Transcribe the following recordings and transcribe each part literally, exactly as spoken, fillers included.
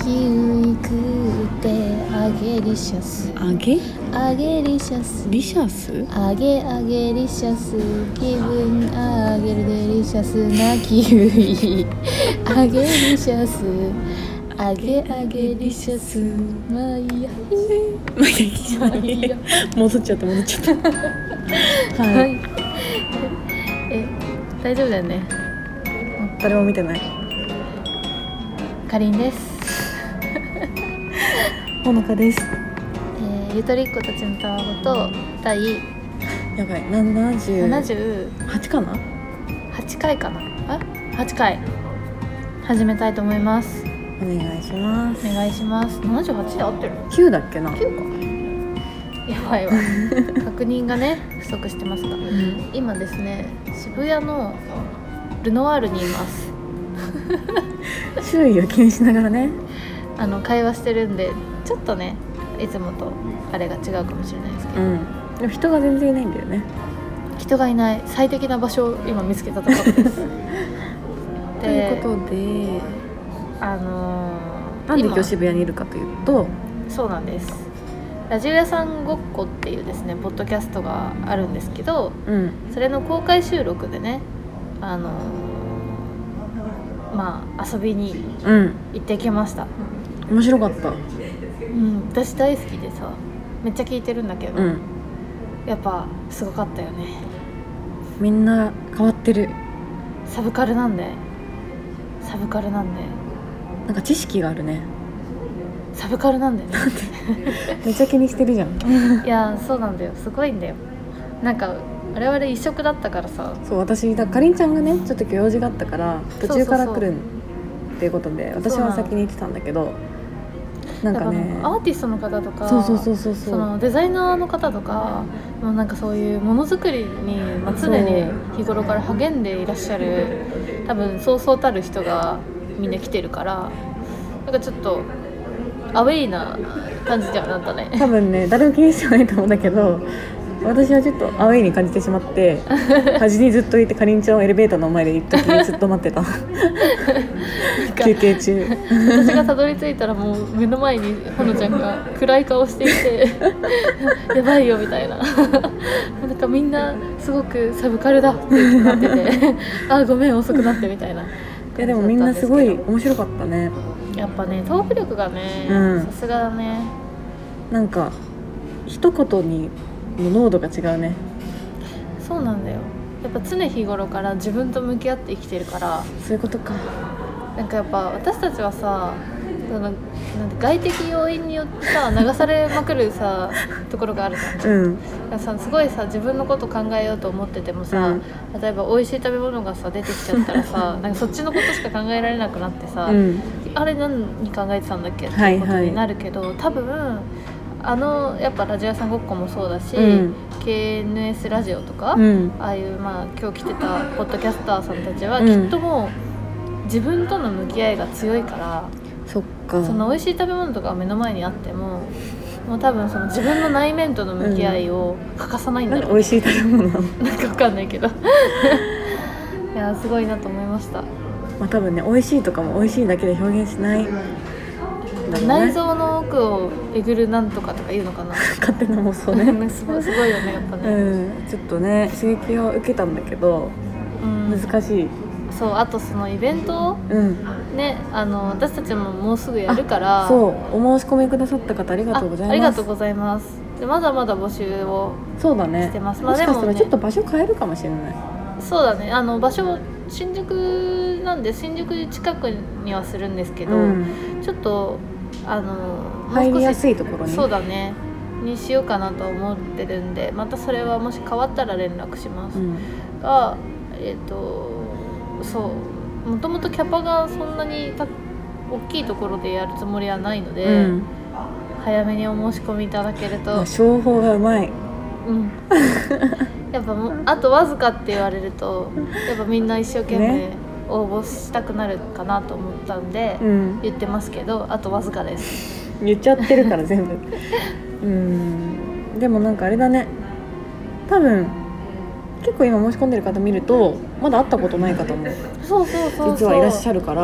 キウイ食ってあげリシャスあげあげリシャスリシャスあげあげリシャス気分あげるデリシャスなキウイあげリシャスあげあげリシャスまあいいやまあいいやいいや戻っちゃった戻っちゃったはい、はい、 え大丈夫だよね。 誰も見てない。 かりんですほのかです。 えー、ゆとりっ子たちのたわごと第やばいななじゅうななじゅうはちかなはちかいかなあはちかい始めたいと思います。 お願いします。 お願いします。ななじゅうはちで合ってるきゅうだっけな。 きゅうかやばいわ確認がね不足してますが、うん、今ですね渋谷のルノワールにいます周囲を気にしながらねあの会話してるんでちょっとねいつもとあれが違うかもしれないですけど、うん、 でも人が全然いないんだよね。 人がいない最適な場所を今見つけたところですということであのー、 なんで今日渋谷にいるかというと、 そうなんです。ラジオ屋さんごっこっていうですねポッドキャストがあるんですけど、うん、それの公開収録でねあのー、まあ遊びに行ってきました、 うん、面白かった、 うん、私大好きでさめっちゃ聞いてるんだけど、うん、やっぱすごかったよね。 みんな変わってる。 サブカルなんでサブカルなんでなんか知識があるね。 サブカルなんだよねめっちゃ気にしてるじゃんいやそうなんだよすごいんだよ。なんか我々一緒だったからさ。 そう私だかりんちゃんがねちょっと今日用事があったから途中から来るっていうことで私は先に行ってたんだけどなんかねアーティストの方とかそうそうそうそうそのデザイナーの方とかもうなんかそういうものづくりに、まあ、常に日頃から励んでいらっしゃる多分そうそうたる人がみんな来てるからなんかちょっとアウェイな感じじゃなかったね。 多分ね誰も気にしてないと思うんだけど私はちょっとアウェイに感じてしまって端にずっといてかりんちゃんをエレベーターの前で行った時にずっと待ってた休憩中私がたどり着いたらもう目の前にほのちゃんが暗い顔していてやばいよみたいななんかみんなすごくサブカルだってなっててあごめん遅くなってみたいな。 いやでもみんなすごい面白かったね。 やっぱねトーク力がねさすがだね。 なんか一言にの濃度が違うね。 そうなんだよ。やっぱ常日頃から自分と向き合って生きてるからそういうことか。 なんかやっぱ私たちはさそのなんて外的要因によってさ流されまくるさところがあるじゃん、うん、だからさすごいさ自分のこと考えようと思っててもさ、うん、例えば美味しい食べ物がさ出てきちゃったらさなんかそっちのことしか考えられなくなってさ、うん、あれ何考えてたんだっけっていうことになるけど、はいはい、多分あのやっぱラジオ屋さんごっこもそうだし、うん、ケーエヌエス ラジオとか、うん、ああいう、まあ、今日来てたポッドキャスターさんたちはきっともう自分との向き合いが強いから、 そっかその美味しい食べ物とかが目の前にあってももう多分その自分の内面との向き合いを欠かさないんだろう、ね、 うん、美味しい食べ物なんか分かんないけどいやすごいなと思いました。 まあ多分ね美味しいとかも美味しいだけで表現しない内臓の奥をえぐるなんとかとか言うのかな勝手な妄想ねすごい、すごいよねやっぱね、 うん、ちょっとね刺激を受けたんだけど、うん、難しい。 そうあとそのイベント、うん、ねあの私たちももうすぐやるからそうお申し込みくださった方ありがとうございます。 ありがとうございます。でまだまだ募集をそうだねしてます。 もしかしたらちょっと場所変えるかもしれない。 そうだねあの場所新宿なんで新宿近くにはするんですけど、うん、ちょっとあの入りやすいところにそうだねにしようかなと思ってるんでまたそれはもし変わったら連絡します、うん、がえっ、ー、とそうもともとキャパがそんなにた大きいところでやるつもりはないので、うん、早めにお申し込みいただけると商法がうまい、 うん、やっぱもうあとわずかって言われるとやっぱみんな一生懸命、ね、応募したくなるかなと思ったんで、うん、言ってますけどあとわずかです言っちゃってるから全部うんでもなんかあれだね多分結構今申し込んでる方見るとまだ会ったことない方もそうそうそうそう実はいらっしゃるから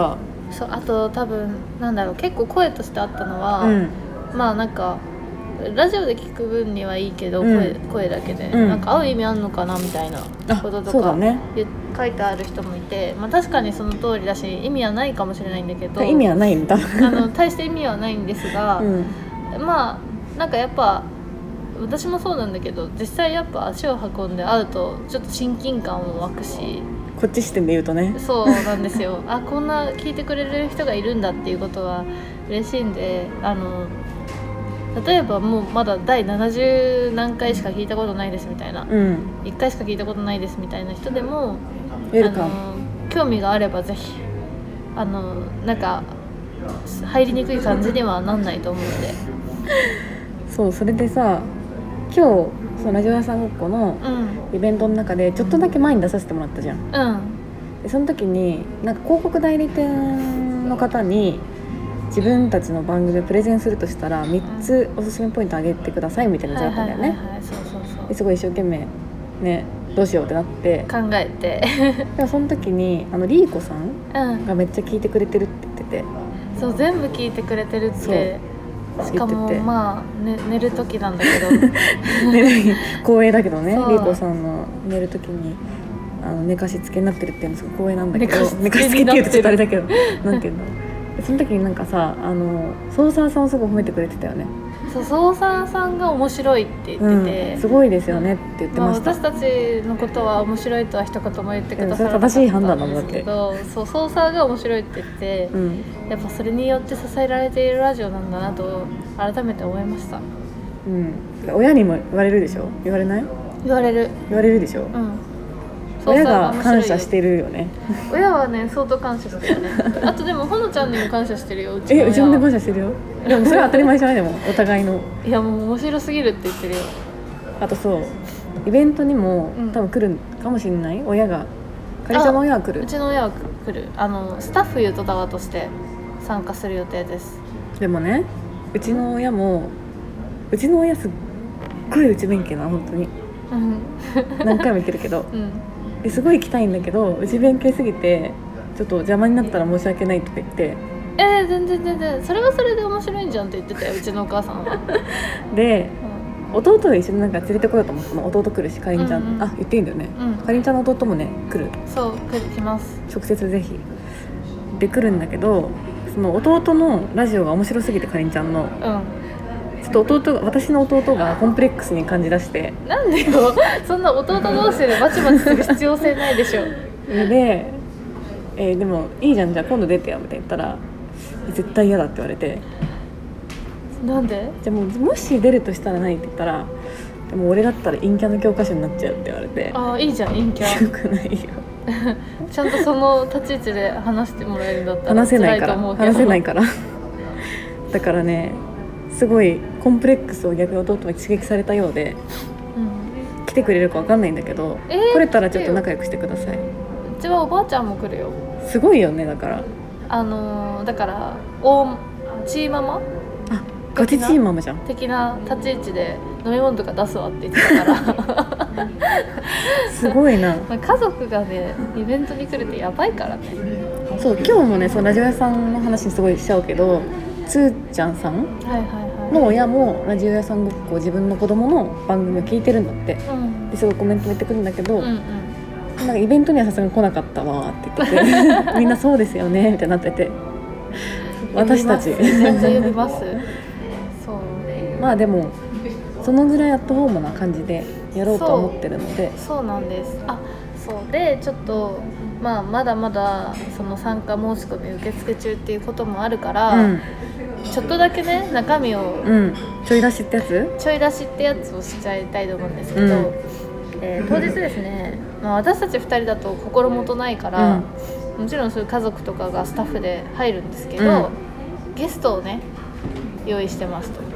そうあと多分なんだろう結構声としてあったのは、 うん、 まあなんかラジオで聞く分にはいいけど、 うん、 声, 声だけで、 うん、 なんか合う意味あんのかなみたいなこととか、ね、書いてある人もいて、まあ、確かにその通りだし意味はないかもしれないんだけど意味はないんだあの大して意味はないんですが、うん、まあなんかやっぱ私もそうなんだけど実際やっぱ足を運んで会うとちょっと親近感も湧くし、 こっち視点で言うとねそうなんですよあこんな聞いてくれる人がいるんだっていうことは嬉しいんで、あの例えばもうまだ第ななじゅう何回しか聞いたことないですみたいな、うん、いっかいしか聞いたことないですみたいな人でもあの興味があればぜひあのなんか入りにくい感じにはなんないと思うのでそうそれでさ今日そのラジオ屋さんごっこのイベントの中でちょっとだけ前に出させてもらったじゃん、うん、でその時になんか広告代理店の方に自分たちの番組をプレゼンするとしたらみっつおすすめポイントあげてくださいみたいなのがあったんだよね。すごい一生懸命ねどうしようってなって考えてでもその時にあのリーコさんがめっちゃ聞いてくれてるって言ってて、 うん、そう全部聞いてくれてるってしかもまあ、ね、寝る時なんだけど光栄だけどねリーコさんの寝る時にあの寝かしつけになってるっていうのすごい光栄なんだけど寝かしつけっていうとちょっとあれだけどなんていうのその時になんかさあのソーサーさんをすごい褒めてくれてたよね。 そうソーサーさんが面白いって言ってて、 うん、すごいですよねって言ってました、 まあ、私たちのことは面白いとは一言も言ってくださらなかったんですけど、そうソーサーが面白いって言って、うん、やっぱそれによって支えられているラジオなんだなと改めて思いました、 うん、親にも言われるでしょ言われない言われる言われるでしょ、うん親が感謝してるよね親はね相当感謝してるねあとでもほのちゃんにも感謝してるようちの親えうちもね感謝してるよでもそれは当たり前じゃないでもお互いのいやもう面白すぎるって言ってるよあとそうイベントにも、うん、多分来るかもしれない親がかりちゃんの親は来るうちの親は来るあのスタッフゆとたわとして参加する予定です。 でもねうちの親もうちの親すっごい内弁慶な本当に、うん、何回も言ってるけど、うんですごい行きたいんだけど内弁慶すぎてちょっと邪魔になったら申し訳ないとか言ってえー、全然全然それはそれで面白いんじゃんって言ってたようちのお母さんはで、うん、弟が一緒になんか連れてこようと思ったの弟来るしかりんちゃん、うんうん、あ言っていいんだよね、うん、かりんちゃんの弟もね来るそう来来ます直接ぜひで来るんだけどその弟のラジオが面白すぎてかりんちゃんの、うんちょっと弟が私の弟がコンプレックスに感じ出してなんでよそんな弟同士でバチバチする必要性ないでしょで、えー、でもいいじゃんじゃあ今度出てよみたいな言ったら絶対嫌だって言われてなんでじゃあもうもし出るとしたら何って言ったらでも俺だったら陰キャの教科書になっちゃうって言われてああいいじゃん陰キャよくないよちゃんとその立ち位置で話してもらえるんだったら話せないから話せないからだからねすごいコンプレックスを逆に弟は刺激されたようで、うん、来てくれるか分かんないんだけど、えー、来れたらちょっと仲良くしてください。うちはおばあちゃんも来るよ。 すごいよねだからあのー、だからおチーママあガチチーママじゃん的な立ち位置で飲み物とか出すわって言ってたからすごいな家族がねイベントに来るってやばいからね。 そう今日もねそのラジオ屋さんの話にすごいしちゃうけどつーちゃんさんの親もラジオ屋さんごっこ自分の子供の番組を聞いてるんだって、うん、ですごいコメントも言ってくるんだけど、うんうん、なんかイベントにはさすがに来なかったわって言っててみんなそうですよねみたいになってて私たち全然呼びますそうまあでもそのぐらいアットホームな感じでやろうと思ってるのでそう、そうなんです。あそうでちょっとまあ、まだまだその参加申し込み受付中っていうこともあるから、うん、ちょっとだけね中身を、 うん、ちょい出しってやつちょい出しってやつをしちゃいたいと思うんですけど、うんえー、当日ですね、まあ、私たちふたりだと心もとないから、うん、もちろんそういう家族とかがスタッフで入るんですけど、うん、ゲストをね用意してますと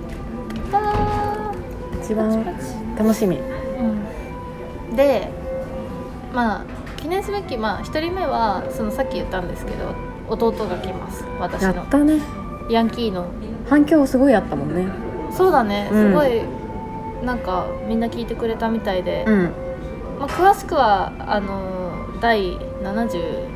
一番楽しみ、 うん、でまあ記念すべき、まあ、ひとりめはそのさっき言ったんですけど弟が来ます私のやったねヤンキーの反響すごいあったもんね。 そうだね、うん、すごいなんかみんな聞いてくれたみたいで、うんまあ、詳しくはあのだいななじゅう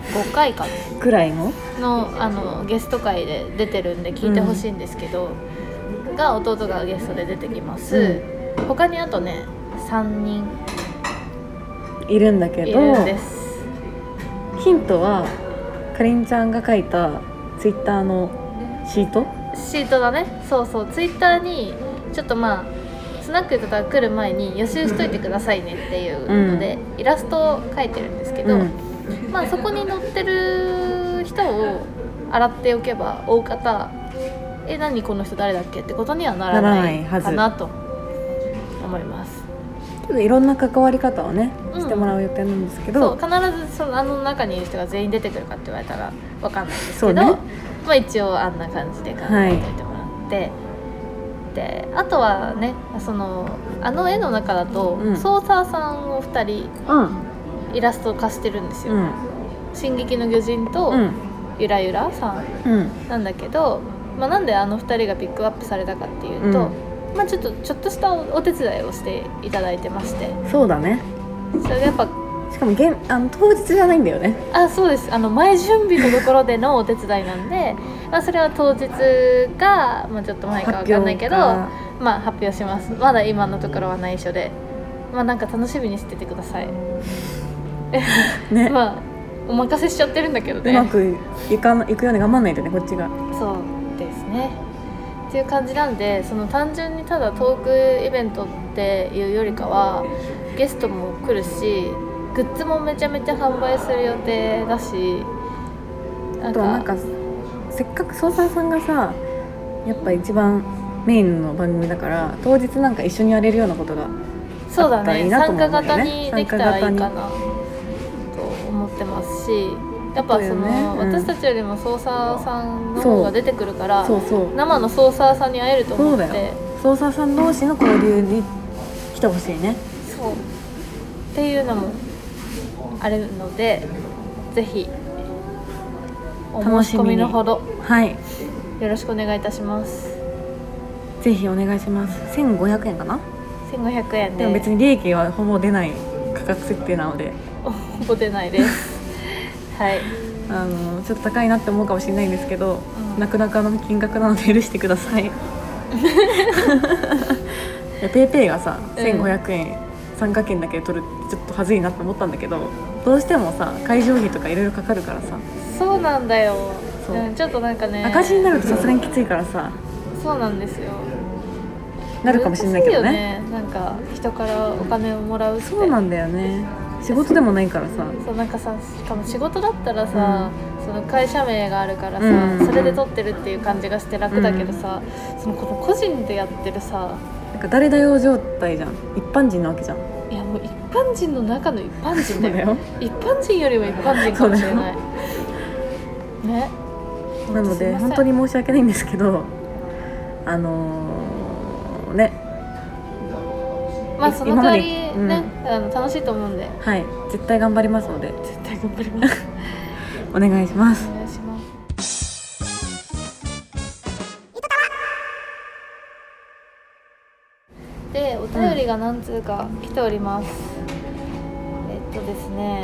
ごかいかなくらいのの、あのゲスト会で出てるんで聞いてほしいんですけど、うん、が弟がゲストで出てきます、うん、他にあとねさんにんいるんだけど、 いるんです。 ヒントはかりんちゃんが書いたツイッターのシートシートだね。そうそう、ツイッターにちょっとまあスナックゆとたが来る前に予習しといてくださいねっていうので、うん、イラストを描いてるんですけど、うん、まあそこに載ってる人を洗っておけば大方え何この人誰だっけってことにはならないかなと思います。 ちょっといろんな関わり方をね、うん、してもらう予定なんですけど、 そう必ずそのあの中にいる人が全員出てくるかって言われたら分かんないんですけど、ね、まあ、一応あんな感じで考えておいてもらって、はい、であとはね、そのあの絵の中だと、うん、ソーサーさんをふたり、うん、イラストを貸してるんですよ、うん、進撃の巨人と、うん、ゆらゆらさん、うん、なんだけど、まあ、なんであのふたりがピックアップされたかっていうと、うん、まあ、ちょっとちょっとしたお手伝いをしていただいてまして。 そうだね。 それがやっぱしかも現あの当日じゃないんだよね。 あ、そうです。あの前準備のところでのお手伝いなんでまあそれは当日が、まあ、ちょっと前か分かんないけど、まあ、発表します。まだ今のところは内緒で、まあ、なんか楽しみにしててくださいね。まあお任せしちゃってるんだけどね。 うまくいかいくように頑張んないとね、こっちが。 そうですねっていう感じなんで、その単純にただトークイベントっていうよりかはゲストも来るし、グッズもめちゃめちゃ販売する予定だし、 あとはなんかせっかくソーサーさんがさやっぱ一番メインの番組だから当日なんか一緒にやれるようなことがあったらいいなと思うんだよね。 そうだね、参加型にできたらいいかなと思ってますし、やっぱその、ね、うん、私たちよりもソーサーさんの方が出てくるからそうそうそう、生のソーサーさんに会えると思って。そうだよ、 ソーサーさん同士の交流に来てほしいね。 そうっていうのもあるので、ぜひお申し込みのほど、はい、よろしくお願いいたします。 ぜひお願いします。せんごひゃくえんかな。 せんごひゃくえんで、 でも別に利益はほぼ出ない価格設定なのでほぼ出ないですはい、 あのちょっと高いなって思うかもしれないんですけど、うん、なかなかの金額なので許してくださいペイペイがさせんごひゃくえん、うん、参加券だけで取るってちょっとはずいなって思ったんだけど、どうしてもさ会場費とかいろいろかかるからさ。 そうなんだよ、うん、ちょっとなんかね赤字になるとさすがにきついからさ。 そうなんですよ、 なるかもしれないけど ね, ねなんか人からお金をもらうって。 そうなんだよね、仕事でもないからさ。 そうなんかさ、しかも仕事だったらさ、うん、その会社名があるからさ、うん、それで取ってるっていう感じがして楽だけどさ、うん、そのこの個人でやってるさ、 なんか誰だよ状態じゃん、一般人なわけじゃん。 いやもう一般人の中の一般人だ よ, だよ一般人よりも一般人かもしれないね。 なので本当に申し訳ないんですけど、あのー、ねまあその代わりね、うん、あの楽しいと思うんで、 はい、絶対頑張りますので、 絶対頑張りますお願いします。 お願いします。で、お便りが何通か来ております、うん、えっとですね、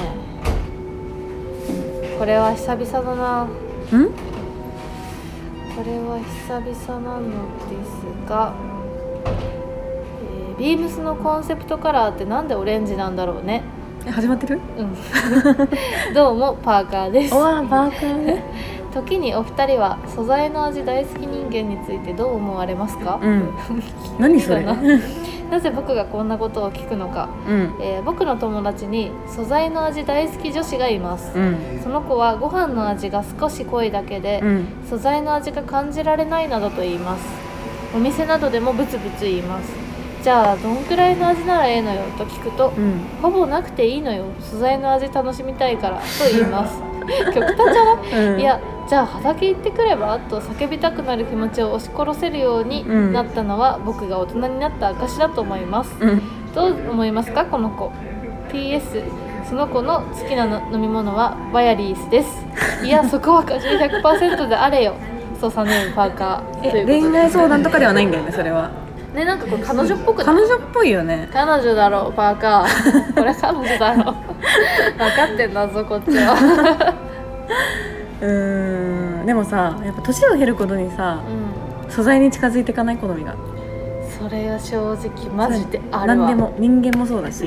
これは久々だな。 んこれは久々なのですが、えー、ビームスのコンセプトカラーってなんでオレンジなんだろうね。 え、始まってる？ うんどうもパーカーです。 おわ、パーカーね時にお二人は素材の味大好き人間についてどう思われますか？ うん、何それなぜ僕がこんなことを聞くのか、うんえー、僕の友達に素材の味大好き女子がいます、うん、その子はご飯の味が少し濃いだけで、うん、素材の味が感じられないなどと言います。お店などでもブツブツ言います。じゃあどんくらいの味ならええのよと聞くと、うん、ほぼなくていいのよ、素材の味楽しみたいからと言います極端じゃない、うん、いやじゃあ畑行ってくればと叫びたくなる気持ちを押し殺せるようになったのは、うん、僕が大人になった証だと思います、うん、どう思いますかこの子。 ピーエス その子の好きなの飲み物はバヤリースですいやそこは果汁 ひゃくパーセント であれよ。そうさねパーカーということで、 恋愛相談とかではないんだよねそれはね。なんかこれ彼女っぽくない？ 彼女っぽいよね。 彼女だろうパーカーこれ彼女だろう分かってんだぞこっちはうーんでもさやっぱ年を経ることにさ、うん、素材に近づいていかない好みがそれは正直マジであるわ。 何でも人間もそうだし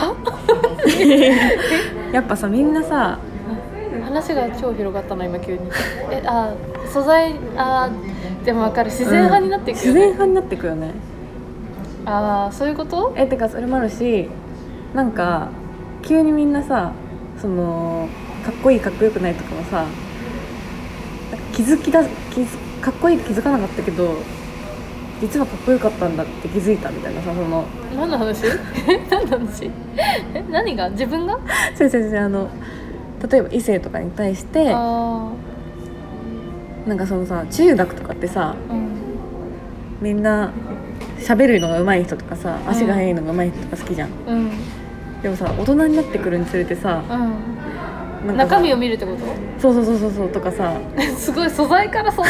やっぱさみんなさ話が超広がったの今急にえあ素材あでも分かる自然派になっていくよね、 うん、自然派になっていくよね。 ああそういうことえてかそれもあるしなんか急にみんなさそのかっこいいかっこよくないとかもさ気づきだ気づかっこいいって気づかなかったけど実はかっこよかったんだって気づいたみたいなさその何の話何の話え何が自分が先生あの例えば異性とかに対してあなんかそのさ中学とかってさ、 うん、 みんな喋るのが上手い人とかさ足が速いのが上手い人とか好きじゃん、うん、でもさ大人になってくるにつれてさ、 うん、なんか中身を見るってことそうそうそうそうそうとかさすごい素材からそんな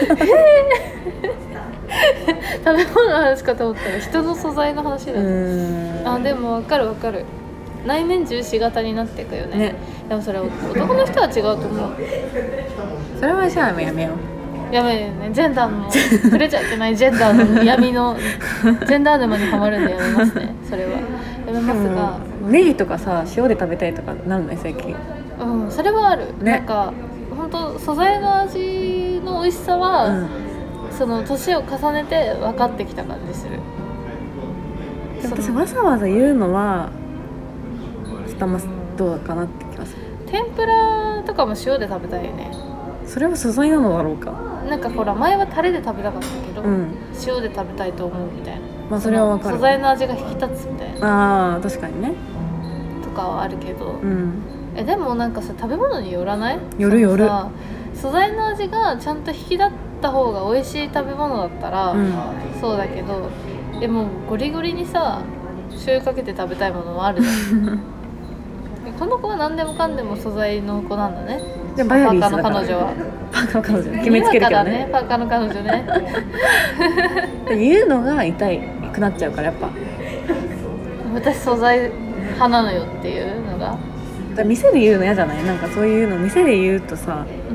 食べ物の話かと思ったら人の素材の話だね。あでも分かる分かる内面重視型になっていくよ ね, ねでもそれ男の人は違うと思う。 それはじゃあやめようやめよね。ジェンダーの触れちゃいけないジェンダーの闇のジェンダー沼にはまるんでやめますね。それはやめますがネギとかさ塩で食べたいとかなるね最近。 うんそれはある、ね、なんか本当素材の味の美味しさは、うんその年を重ねて分かってきた感じする。 私わざわざ言うのはちょっとあんまどうかなって気がする。 天ぷらとかも塩で食べたいよね。 それは素材なのだろうか。 なんかほら前はタレで食べたかったけど、うん、塩で食べたいと思うみたいな。 まあそれは分かる。 素材の味が引き立つみたいな。あー確かにね。 とかはあるけど、 うん、 えでもなんかさ食べ物によらない？ よるよる。 素材の味がちゃんと引き立った方が美味しい食べ物だったら、うん、そうだけどでもゴリゴリにさ醤油かけて食べたいものもあるじゃんこの子は何でもかんでも素材の子なんだね。 じゃあバイオリースだからパーカーの彼女はパーカーの彼女決めつけるけどねねパーカーの彼女ね言うのが痛いくなっちゃうからやっぱ私素材派なのよっていうのがだ店で言うの嫌じゃない？なんかそういうの店で言うとさ、うん、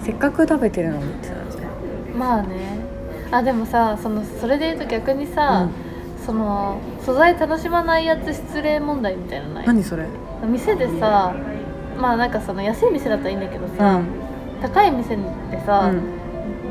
せっかく食べてるのにってなるじゃん。 まあねあでもさ そ, のそれで言うと逆にさ、うん、その素材楽しまないやつ失礼問題みたいなのない？ 何それ？ 店でさまあなんかその安い店だったらいいんだけどさ、うん、高い店でさ、うん、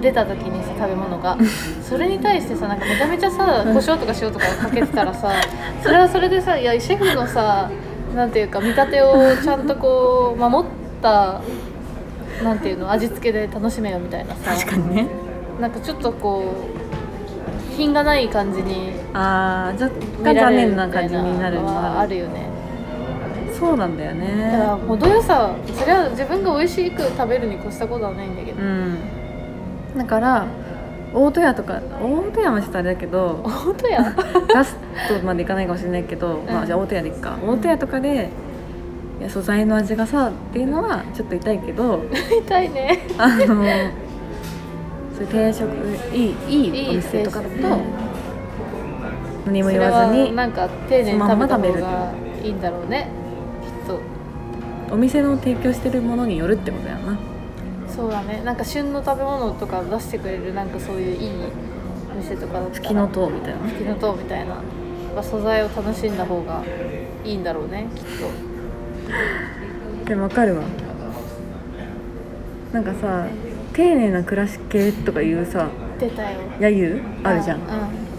出た時にさ食べ物がそれに対してさなんかめちゃめちゃさ胡椒とか塩とかかけてたらさそれはそれでさいやシェフのさなんていうか見立てをちゃんとこう守ったなんていうの味付けで楽しめよみたいなさ確かにねなんかちょっとこう品がない感じにあー若干残念な感じになるのはあるよね。 そうなんだよね。 だから程よさそれは自分が美味しく食べるに越したことはないんだけど、うん、 だから大戸屋とか大戸屋もちょっとあれだけど大戸屋ガストまでいかないかもしれないけど、うんまあ、じゃあ大戸屋でいっか、うん、大戸屋とかでいや素材の味がさっていうのはちょっと痛いけど痛いねあのそういう定食いいいいお店とかだと、ね、何も言わずになんか丁寧に食べた方がいいんだろうねきっと。 お店の提供してるものによるってことやな。 そうだね。なんか旬の食べ物とか出してくれるなんかそういういい店とかだったら吹きの塔みたいな吹きの塔みたいな素材を楽しんだ方がいいんだろうねきっと。 でも分かるわ。なんかさ丁寧な暮らし系とかいうさ出たよ揶揄あるじゃん、うん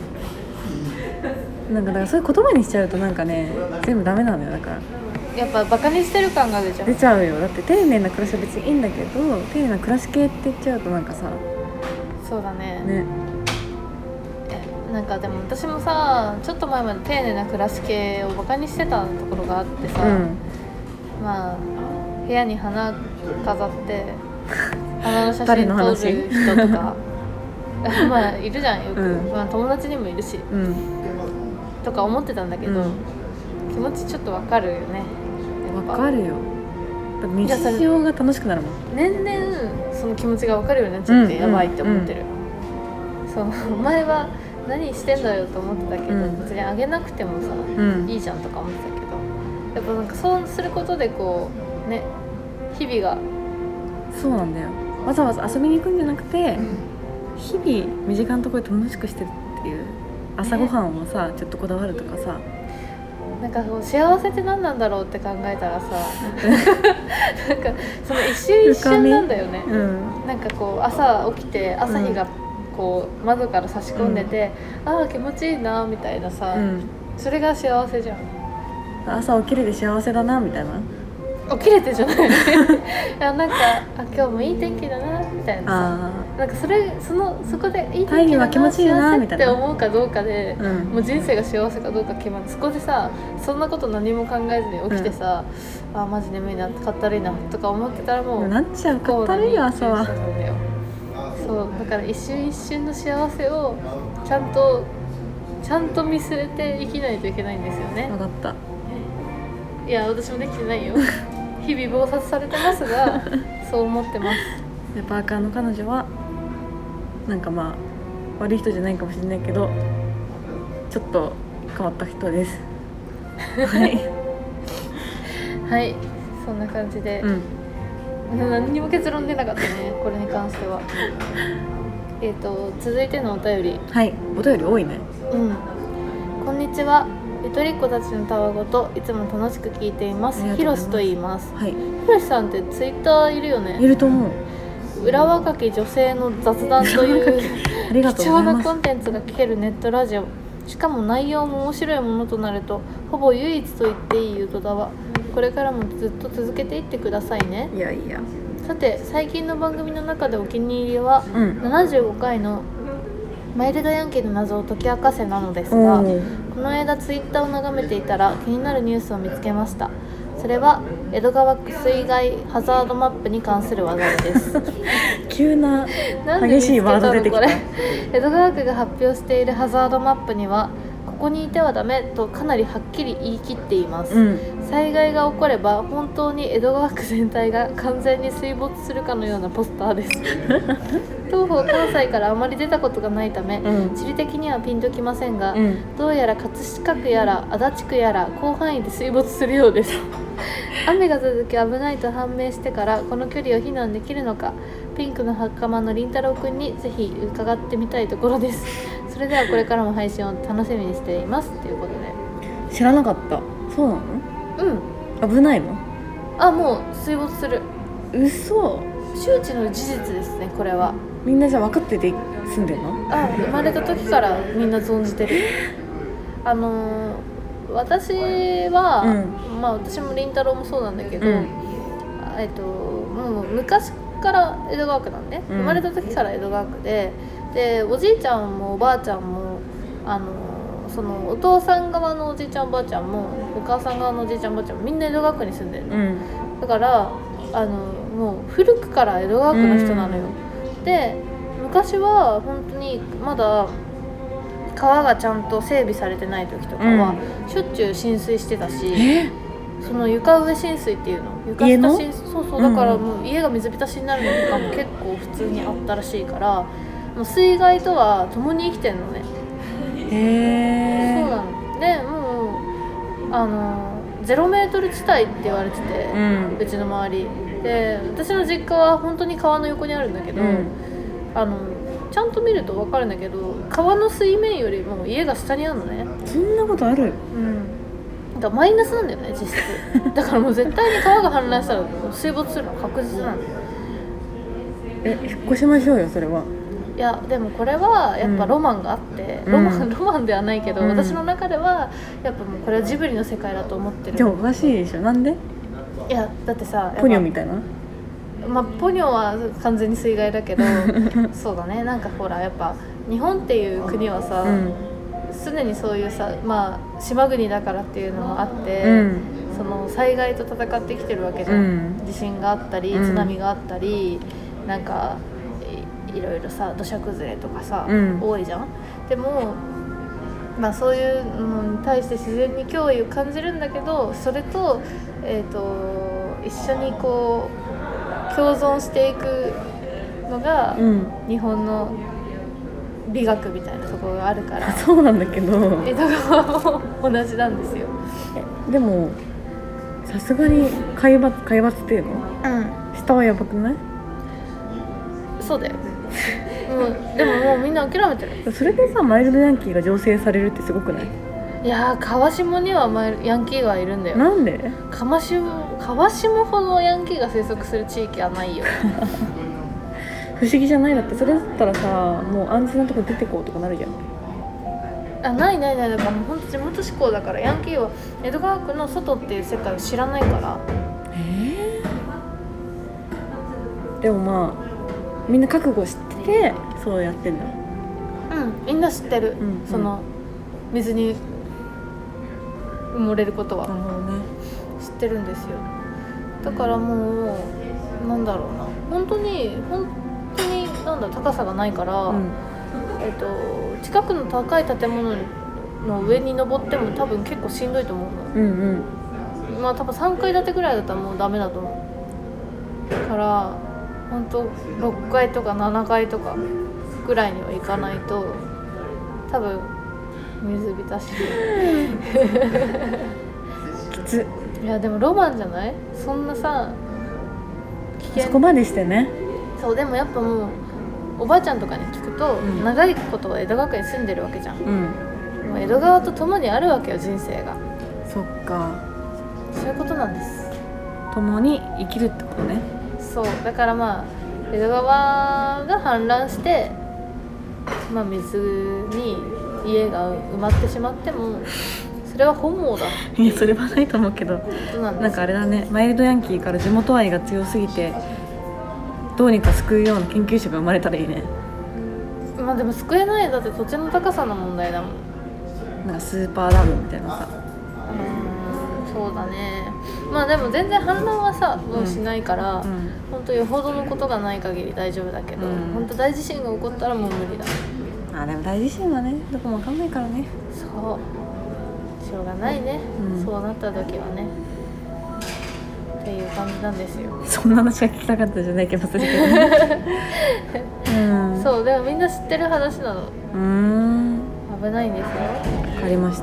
うん、なんかだからそういう言葉にしちゃうとなんかね全部ダメなのよ。だからやっぱバカにしてる感が出ちゃう出ちゃうよ。だって丁寧な暮らしは別にいいんだけど丁寧な暮らし系って言っちゃうとなんかさそうだねねなんかでも私もさちょっと前まで丁寧な暮らし系をバカにしてたところがあってさ、うん、まあ部屋に花飾って花の写真撮る人とかまあいるじゃんよく、うんまあ、友達にもいるし、うん、とか思ってたんだけど、うん、気持ちちょっとわかるよね。 わかるよ。日常が楽しくなるもん。 年々その気持ちがわかるようになっちゃってやばいって思ってる、うんうん、その前は何してんだよと思ってたけど、うん、別にあげなくてもさ、うん、いいじゃんとか思ってたけどやっぱなんかそうすることでこうね日々がそうなんだよ。わざわざ遊びに行くんじゃなくて、うん、日々身近なところで楽しくしてるっていう。朝ごはんもさ、ね、ちょっとこだわるとかさ、 なんか幸せって何なんだろうって考えたらさなんかその一瞬一瞬なんだよね、うん、なんかこう朝起きて朝日がこう窓から差し込んでて、うん、ああ気持ちいいなみたいなさ、うん、それが幸せじゃん。 朝起きれて幸せだなみたいな。 起きれてじゃないいやなんかあ今日もいい天気だなみたいなさ、なんかそれそのそこでいい天気だな幸せって思うかどうかで、うん、もう人生が幸せかどうか決まる。そこでさそんなこと何も考えずに起きてさ、うん、あマジ眠いなかったるいなとか思ってたらもうなっちゃう。かったるいよ朝は。 そうだから一瞬一瞬の幸せをちゃんとちゃんと見据えて生きないといけないんですよね。 分かった。 いや私もできてないよ日々忙殺されてますがそう思ってます。 でパーカーの彼女はなんかまあ悪い人じゃないかもしれないけどちょっと変わった人ですはいはいそんな感じで、うん、何にも結論出なかったねこれに関してはえっと続いてのお便り。 はいお便り多いね。 うんこんにちは。ゆとりっ子たちのたわごといつも楽しく聞いています。ひろしと言います。 はい。ひろしさんってツイッターいるよね。 いると思う。裏若き女性の雑談という貴重なコンテンツが聞けるネットラジオ。しかも内容も面白いものとなるとほぼ唯一と言っていいゆとだわ。これからもずっと続けていってくださいね。 いやいや。 さて最近の番組の中でお気に入りは、うん、ななじゅうごかいのマイルドヤンキーの謎を解き明かせなのですが、この間ツイッターを眺めていたら気になるニュースを見つけました。それは江戸川区水害ハザードマップに関する話題です急な激しいワード出てきた。 江戸川区が発表しているハザードマップにはここにいてはダメとかなりはっきり言い切っています、うん、災害が起これば本当に江戸川区全体が完全に水没するかのようなポスターです当方関西からあまり出たことがないため、うん、地理的にはピンときませんが、うん、どうやら葛飾区やら足立区やら広範囲で水没するようです雨が続き危ないと判明してからこの距離を避難できるのかピンクの袴のりんたろうくんにぜひ伺ってみたいところですそれではこれからも配信を楽しみにしていますということで。 知らなかった。そうなの？うん危ないの？ あもう水没する。 嘘。 周知の事実ですねこれは。 みんなじゃあ分かってて住んでんの？ あ生まれた時からみんな存じてるあのー、私は、うん、まあ私もりんたろうもそうなんだけど、うん、えっともう昔から江戸川区なんで、うん、生まれた時から江戸川区ででおじいちゃんもおばあちゃんもあのそのお父さん側のおじいちゃんおばあちゃんもお母さん側のおじいちゃんおばあちゃんもみんな江戸川区に住んでるの、うん、だからあのもう古くから江戸川区の人なのよ、うん、で昔は本当にまだ川がちゃんと整備されてない時とかは、うん、しょっちゅう浸水してたしその床上浸水っていうの床下浸水そうそうだからもう家が水浸しになるのとかも結構普通にあったらしいからもう水害とは共に生きてんのね。へーそうなのでもうあのゼロメートル地帯って言われてて、うん、うちの周りで私の実家は本当に川の横にあるんだけど、うん、あのちゃんと見ると分かるんだけど川の水面よりも家が下にあるのね。 そんなことある？ うんだからマイナスなんだよね実質だからもう絶対に川が氾濫したら水没するの確実なんだよ。 え引っ越しましょうよそれは。 いやでもこれはやっぱロマンがあって、うん、ロマンロマンではないけど、うん、私の中ではやっぱもうこれはジブリの世界だと思ってる。 でもおかしいでしょ。なんで？ いやだってさポニョみたいなまあポニョは完全に水害だけどそうだねなんかほらやっぱ日本っていう国はさ、うん常にそういうさ、まあ、島国だからっていうのもあって、うん、その災害と戦ってきてるわけじゃん、うん、地震があったり、うん、津波があったりなんか い, いろいろさ土砂崩れとかさ、うん、多いじゃん。でも、まあ、そういうのに対して自然に脅威を感じるんだけどそれと、えーと、一緒にこう共存していくのが、うん、日本の美学みたいなところがあるからそうなんだけど江戸川も同じなんですよ。 でもさすがに海抜海抜っていうの、うん、下はやばくない？ そうだよもうでももうみんな諦めてる。 それでさマイルドヤンキーが醸成されるってすごくない？ いやー川下にはマイルヤンキーがいるんだよ。 なんで？ 川下川下ほどヤンキーが生息する地域はないよ不思議じゃない？だってそれだったらさもう安全なとこ出てこうとかなるじゃん。 あないないないだからもうほんと地元志向だからヤンキーは江戸川区の外っていう世界を知らないから。 えー、でもまあみんな覚悟しててそうやってんだ。 うんみんな知ってる、 うんうん、 その水に埋もれることは、 なるほどね、 知ってるんですよ。だからもうなんだろうな本当に本当になんだ高さがないから、うんえー、と近くの高い建物の上に登っても多分結構しんどいと思うの、 うんうん、 まあ多分さんかい建てぐらいだったらもうダメだと思うから本当ろっかいとかななかいとかぐらいには行かないと多分水浸しきついやでもロマンじゃない？そんなさ危険そこまでしてね。 そうでもやっぱもうおばあちゃんとかに聞くと、うん、長いことは江戸川区に住んでるわけじゃん、うん、もう江戸川と共にあるわけよ人生が。 そっかそういうことなんです。 共に生きるってことね。 そうだからまあ江戸川が氾濫して、まあ、水に家が埋まってしまってもそれは本望だ。 いやそれはないと思うけどな, なんかあれだねマイルドヤンキーから地元愛が強すぎてどうにか救うような研究者が生まれたらいいね。 まあでも救えないだって土地の高さの問題だもん。 なんかスーパーダムみたいなさ。 うーんそうだね。まあでも全然氾濫はさもうしないから、うん、本当よほどのことがない限り大丈夫だけど、うん、本当大地震が起こったらもう無理だ。 あでも大地震はねどこも分かんないからね。 そうしょうがないね、うん、そうなった時はねっていう感じなんですよ。 そんな話が聞きたかったじゃないけどするけど、ねうん、そうでもみんな知ってる話なの。うーん危ないんですよ。 分かりました。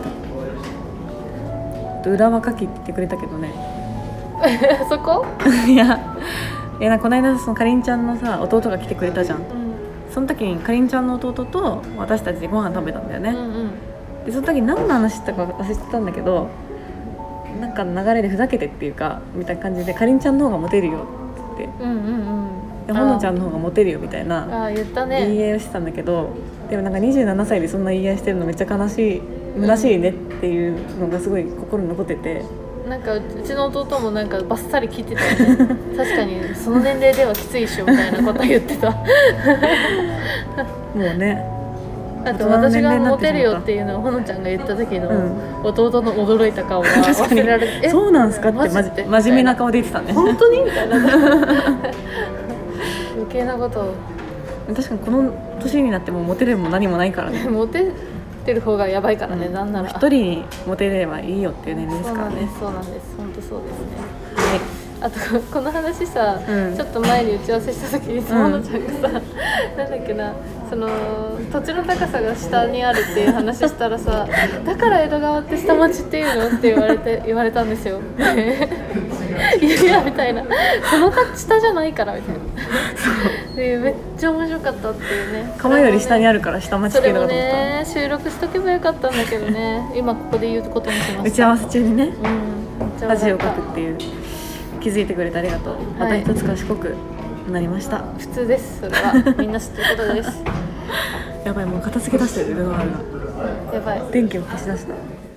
裏若きって言ってくれたけどねそこいやいやこの間そのかりんちゃんのさ弟が来てくれたじゃん、うん、その時にかりんちゃんの弟と私たちでご飯食べたんだよね、うんうん、でその時何の話したか忘れてたんだけどなんか流れでふざけてっていうかみたいな感じでかりんちゃんの方がモテるよって言って、うんうんうん、ほのちゃんの方がモテるよみたいなあ言ったね言い合いをしてたんだけど、でもなんかにじゅうななさいでそんな言い合いしてるのめっちゃ悲しい虚しいねっていうのがすごい心に残ってて、 なんかうちの弟もなんかバッサリ聞いてたよね確かにその年齢ではきついっしょみたいなこと言ってたもうねあと私がモテるよっていうのをほのちゃんが言った時の弟の驚いた顔が忘れられてそうなんすかってマジ真面目な顔で言ってたね本当にみたいな余計なことを。 確かにこの年になってもモテるも何もないからねモテてる方がやばいからね、うん、なんなら一人にモテればいいよっていう年齢ですからね。 そうなんですそうなんです本当そうですね。はいあとこの話さ、うん、ちょっと前に打ち合わせした時にほの、うん、ちゃんがさなんだっけなその土地の高さが下にあるっていう話したらさだから江戸川って下町っていうのって言われて言われたんですよいやいやみたいなその下じゃないからみたいなでめっちゃ面白かったっていうね。 川より下にあるから下町っていうのかと思った。 それもね収録しとけばよかったんだけどね今ここで言うことにしました。 打ち合わせ中にね、 うん、 ラジオを書くっていう気づいてくれてありがとう、はい、また一つ賢くなりました。 普通ですそれはみんな知ってることですやばいもう片付け出してるルノワールがやばい電気を消し出した。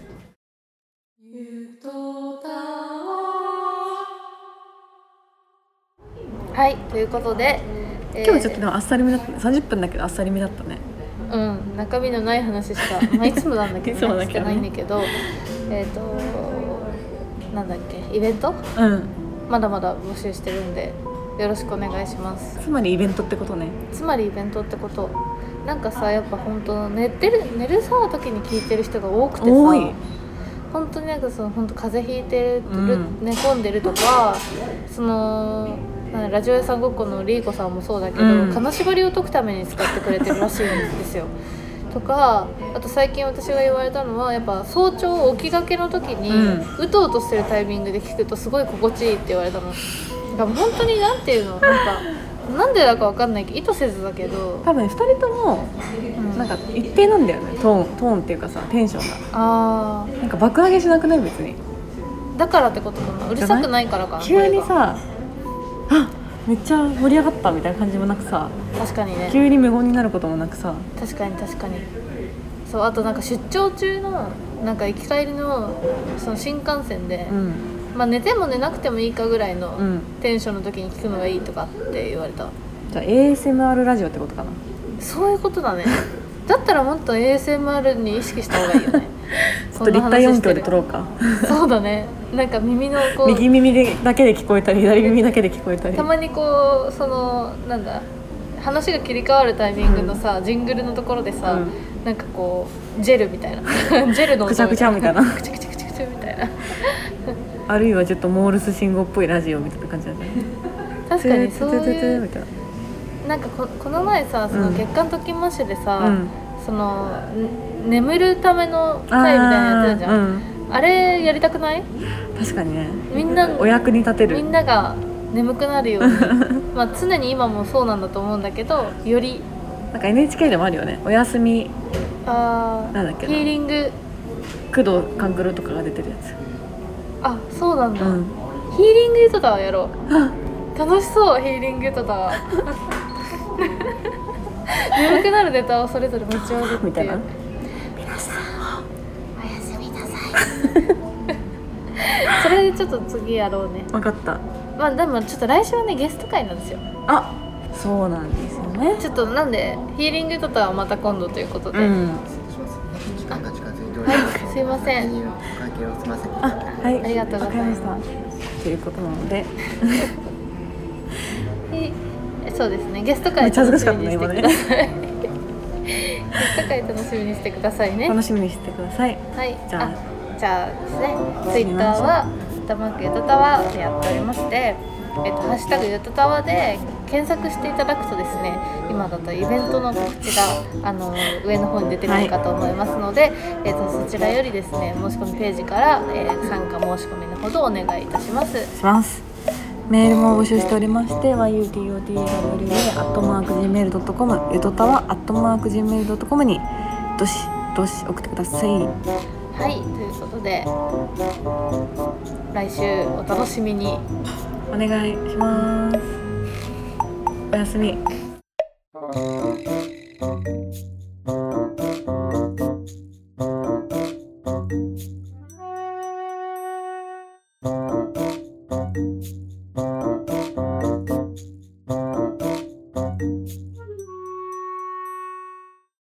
はいということで、 えー、今日ちょっとでもあっさりめだったさんじゅっぷんだけどあっさりめだったね。 うん中身のない話しか、まあ、いつもなんだけど、ね、してないんだけどえっ、ー、となんだっけイベント、うん、まだまだ募集してるんでよろしくお願いします。 つまりイベントってことね。 つまりイベントってことなんかさやっぱ本当寝てる寝るさ時に聞いてる人が多くてさ多い本当になんかその本当風邪ひいてる、うん、寝込んでるとかそのラジオ屋さんごっこのリーコさんもそうだけど、うん、金縛りを解くために使ってくれてるらしいんですよとかあと最近私が言われたのはやっぱ早朝起きがけの時に、うん、うとうとしてるタイミングで聞くとすごい心地いいって言われたの。だから本当になんていうのなんかなんでだか分かんないけど意図せずだけど多分ふたりともなんか一定なんだよね、トーントーンっていうかさテンションがあなんか爆上げしなくない別にだからってことかなうるさくないからかな急にさあめっちゃ盛り上がったみたいな感じもなくさ確かにね急に無言になることもなくさ確かに確かにそうあとなんか出張中のなんか行き帰りのその新幹線で、うんまあ、寝ても寝なくてもいいかぐらいのテンションの時に聞くのがいいとかって言われた、 じゃあ エーエスエムアール ラジオってことかなそういうことだねだったらもっと エーエスエムアール に意識した方がいいよねちょっと立体音響で撮ろうかそうだねなんか耳のこう右耳でだけで聞こえたり左耳だけで聞こえたりたまにこうそのなんだ話が切り替わるタイミングのさ、うん、ジングルのところでさ、うん、なんかこうジェルみたいなジェルの音くちゃくちゃみたいなくちゃくちゃくちゃくちゃみたいなあるいはちょっとモールス信号っぽいラジオみたいな感じだね確かにそういうなんか こ, この前さその月刊トキマッシュでさ、うん、その眠るための会みたいなのやってたじゃん あ,、うん、あれやりたくない？ 確かにねみんなお役に立てるみんなが眠くなるようにまあ常に今もそうなんだと思うんだけどよりなんか エヌエイチケー でもあるよねお休みあなんだっけヒーリング工藤官九郎とかが出てるやつあそうなんだ、うん、ヒーリングユトタワーやろう楽しそうヒーリングユトタワー眠くなるネタをそれぞれ持ち寄るっていうみたいな皆さんおやすみなさいそれでちょっと次やろうね分かったまあでもちょっと来週はねゲスト会なんですよあそうなんですよねちょっとなんでヒーリングユトタワーはまた今度ということで、うん、 時間が近づいておりますはいすいませんお会計を済ませていただきますはいありがとうございましたということなのでそうですねゲスト会楽しみにしてください、ね、ゲスト会楽しみにしてくださいね楽しみにしてくださいはいじゃあじゃあですねツイッターはたまくゆとたわでやっておりましてえっと、ハッシュタグゆとたわで検索していただくとですね今だとイベントの告知があの上の方に出てくるかと思いますので、はいえっと、そちらよりですね申し込みページから、えー、参加申し込みのほどお願いいたしますしますメールも募集しておりまして ワイユーティーオーティーエーダブリューエー アットマーク ジーメールドットコム ゆとたわ アットマーク ジーメールドットコム にどしどし送ってくださいはいということで来週お楽しみにお願いしますおやすみ